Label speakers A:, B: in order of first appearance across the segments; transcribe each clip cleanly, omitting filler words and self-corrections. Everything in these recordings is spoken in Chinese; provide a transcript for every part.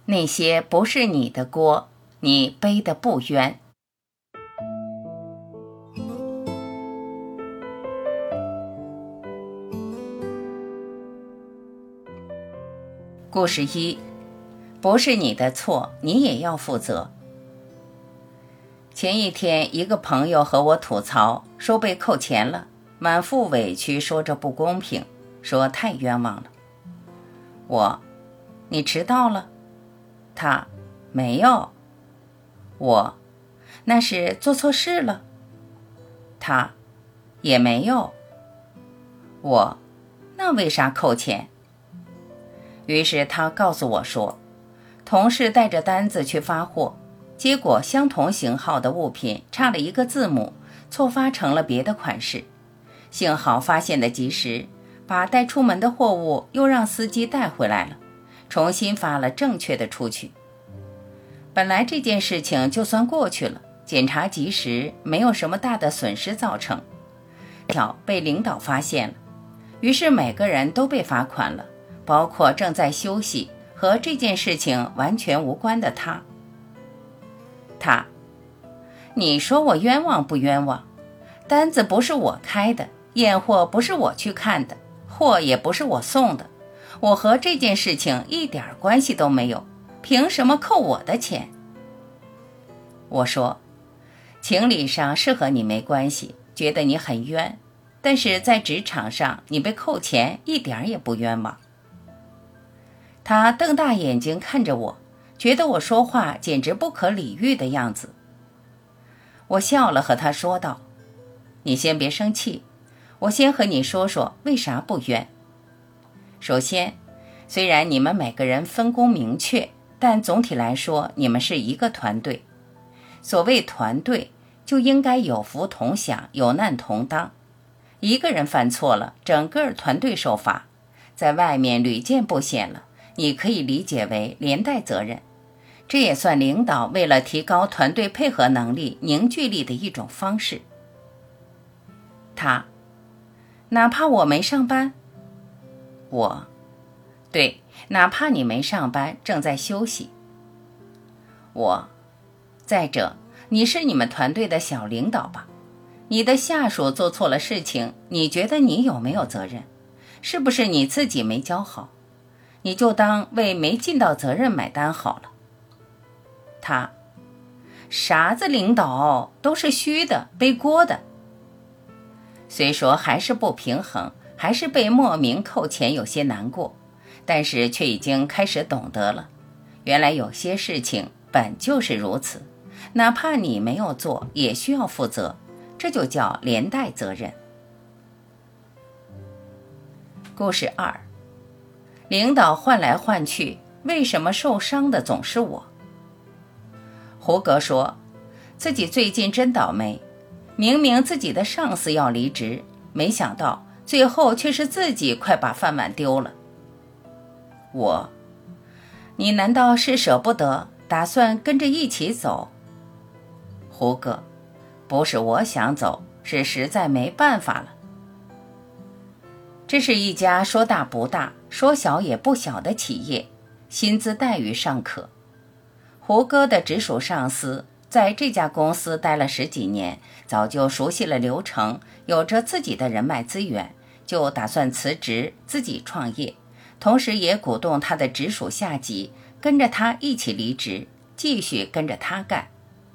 A: 那些不是你的锅，你背得不冤。故事一，不是你的错，你也要负责。前一天，一个朋友和我吐槽，说被扣钱了，满腹委屈，说着不公平，说太冤枉了。你迟到了？他，没有。那是做错事了？他，也没有。那为啥扣钱？于是他告诉我说，同事带着单子去发货，结果相同型号的物品差了一个字母，错发成了别的款式。幸好发现的及时，把带出门的货物又让司机带回来了，重新发了正确的出去。本来这件事情就算过去了，检查及时，没有什么大的损失造成，被领导发现了，于是每个人都被罚款了，包括正在休息和这件事情完全无关的他。你说我冤枉不冤枉？单子不是我开的，验货不是我去看的，货也不是我送的，我和这件事情一点关系都没有，凭什么扣我的钱？我说，情理上是和你没关系，觉得你很冤，但是在职场上你被扣钱一点也不冤枉。他瞪大眼睛看着我，觉得我说话简直不可理喻的样子。我笑了，和他说道，你先别生气，我先和你说说为啥不冤。首先，虽然你们每个人分工明确，但总体来说你们是一个团队。所谓团队，就应该有福同享，有难同当。一个人犯错了，整个团队受罚，在外面屡见不鲜了，你可以理解为连带责任。这也算领导为了提高团队配合能力、凝聚力的一种方式。哪怕我没上班？对，哪怕你没上班，正在休息。再者，你是你们团队的小领导吧？你的下属做错了事情，你觉得你有没有责任？是不是你自己没教好？你就当为没尽到责任买单好了。啥子领导都是虚的，背锅的。虽说还是不平衡，还是被莫名扣钱有些难过，但是却已经开始懂得了，原来有些事情本就是如此，哪怕你没有做也需要负责，这就叫连带责任。故事二，领导换来换去，为什么受伤的总是我？胡歌说，自己最近真倒霉，明明自己的上司要离职，没想到最后却是自己快把饭碗丢了。你难道是舍不得，打算跟着一起走？胡歌，不是我想走，是实在没办法了。这是一家说大不大，说小也不小的企业，薪资待遇尚可。胡歌的直属上司在这家公司待了10几年，早就熟悉了流程，有着自己的人脉资源，就打算辞职自己创业，同时也鼓动他的直属下级跟着他一起离职，继续跟着他干。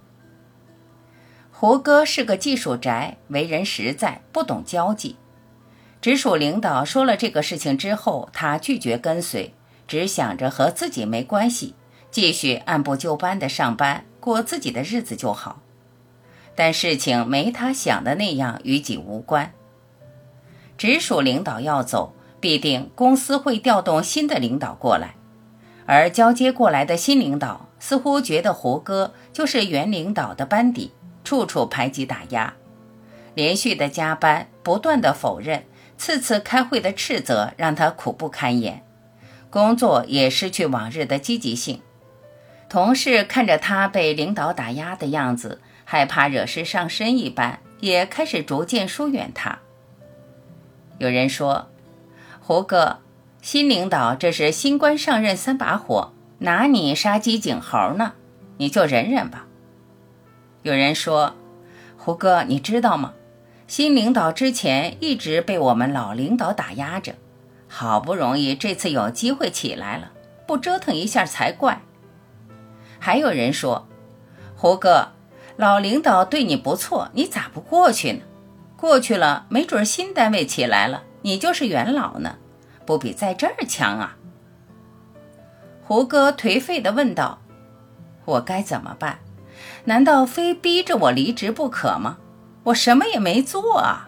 A: 胡歌是个技术宅，为人实在，不懂交际。直属领导说了这个事情之后，他拒绝跟随，只想着和自己没关系，继续按部就班的上班，过自己的日子就好。但事情没他想的那样与己无关。直属领导要走，必定公司会调动新的领导过来，而交接过来的新领导似乎觉得胡歌就是原领导的班底，处处排挤打压，连续的加班，不断的否认，次次开会的斥责让他苦不堪言，工作也失去往日的积极性。同事看着他被领导打压的样子，害怕惹事上身一般，也开始逐渐疏远他。有人说，胡歌，新领导这是新官上任3把火， 拿你杀鸡儆猴呢，你就忍忍吧。有人说，胡哥，你知道吗？新领导之前一直被我们老领导打压着，好不容易这次有机会起来了，不折腾一下才怪。还有人说，胡哥，老领导对你不错，你咋不过去呢？过去了，没准新单位起来了，你就是元老呢，不比在这儿强啊？胡歌颓废地问道，我该怎么办？难道非逼着我离职不可吗？我什么也没做啊。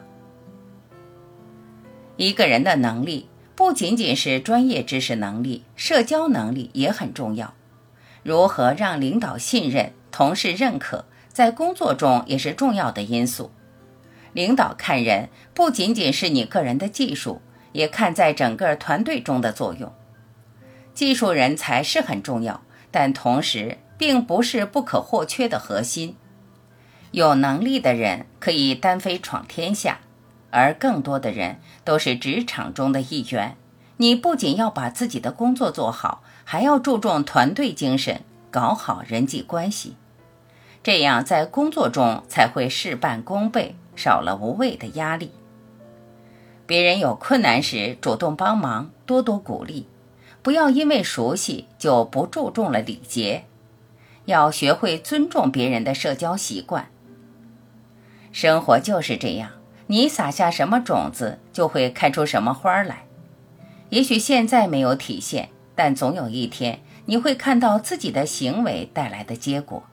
A: 一个人的能力不仅仅是专业知识能力，社交能力也很重要。如何让领导信任，同事认可，在工作中也是重要的因素。领导看人不仅仅是你个人的技术，也看在整个团队中的作用。技术人才是很重要，但同时并不是不可或缺的核心。有能力的人可以单飞闯天下，而更多的人都是职场中的一员。你不仅要把自己的工作做好，还要注重团队精神，搞好人际关系，这样在工作中才会事半功倍，少了无谓的压力。别人有困难时主动帮忙，多多鼓励，不要因为熟悉就不注重了礼节，要学会尊重别人的社交习惯。生活就是这样，你撒下什么种子，就会开出什么花来。也许现在没有体现，但总有一天，你会看到自己的行为带来的结果。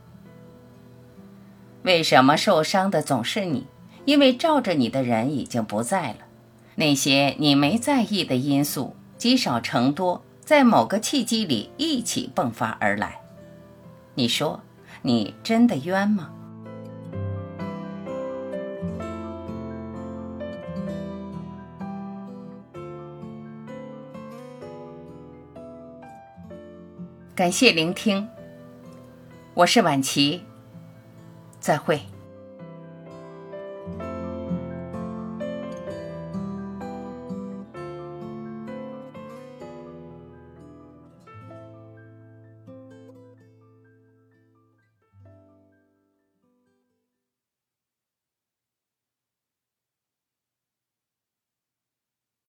A: 为什么受伤的总是你？因为罩着你的人已经不在了。那些你没在意的因素，积少成多，在某个契机里一起迸发而来。你说，你真的冤吗？感谢聆听，我是婉琪，再会。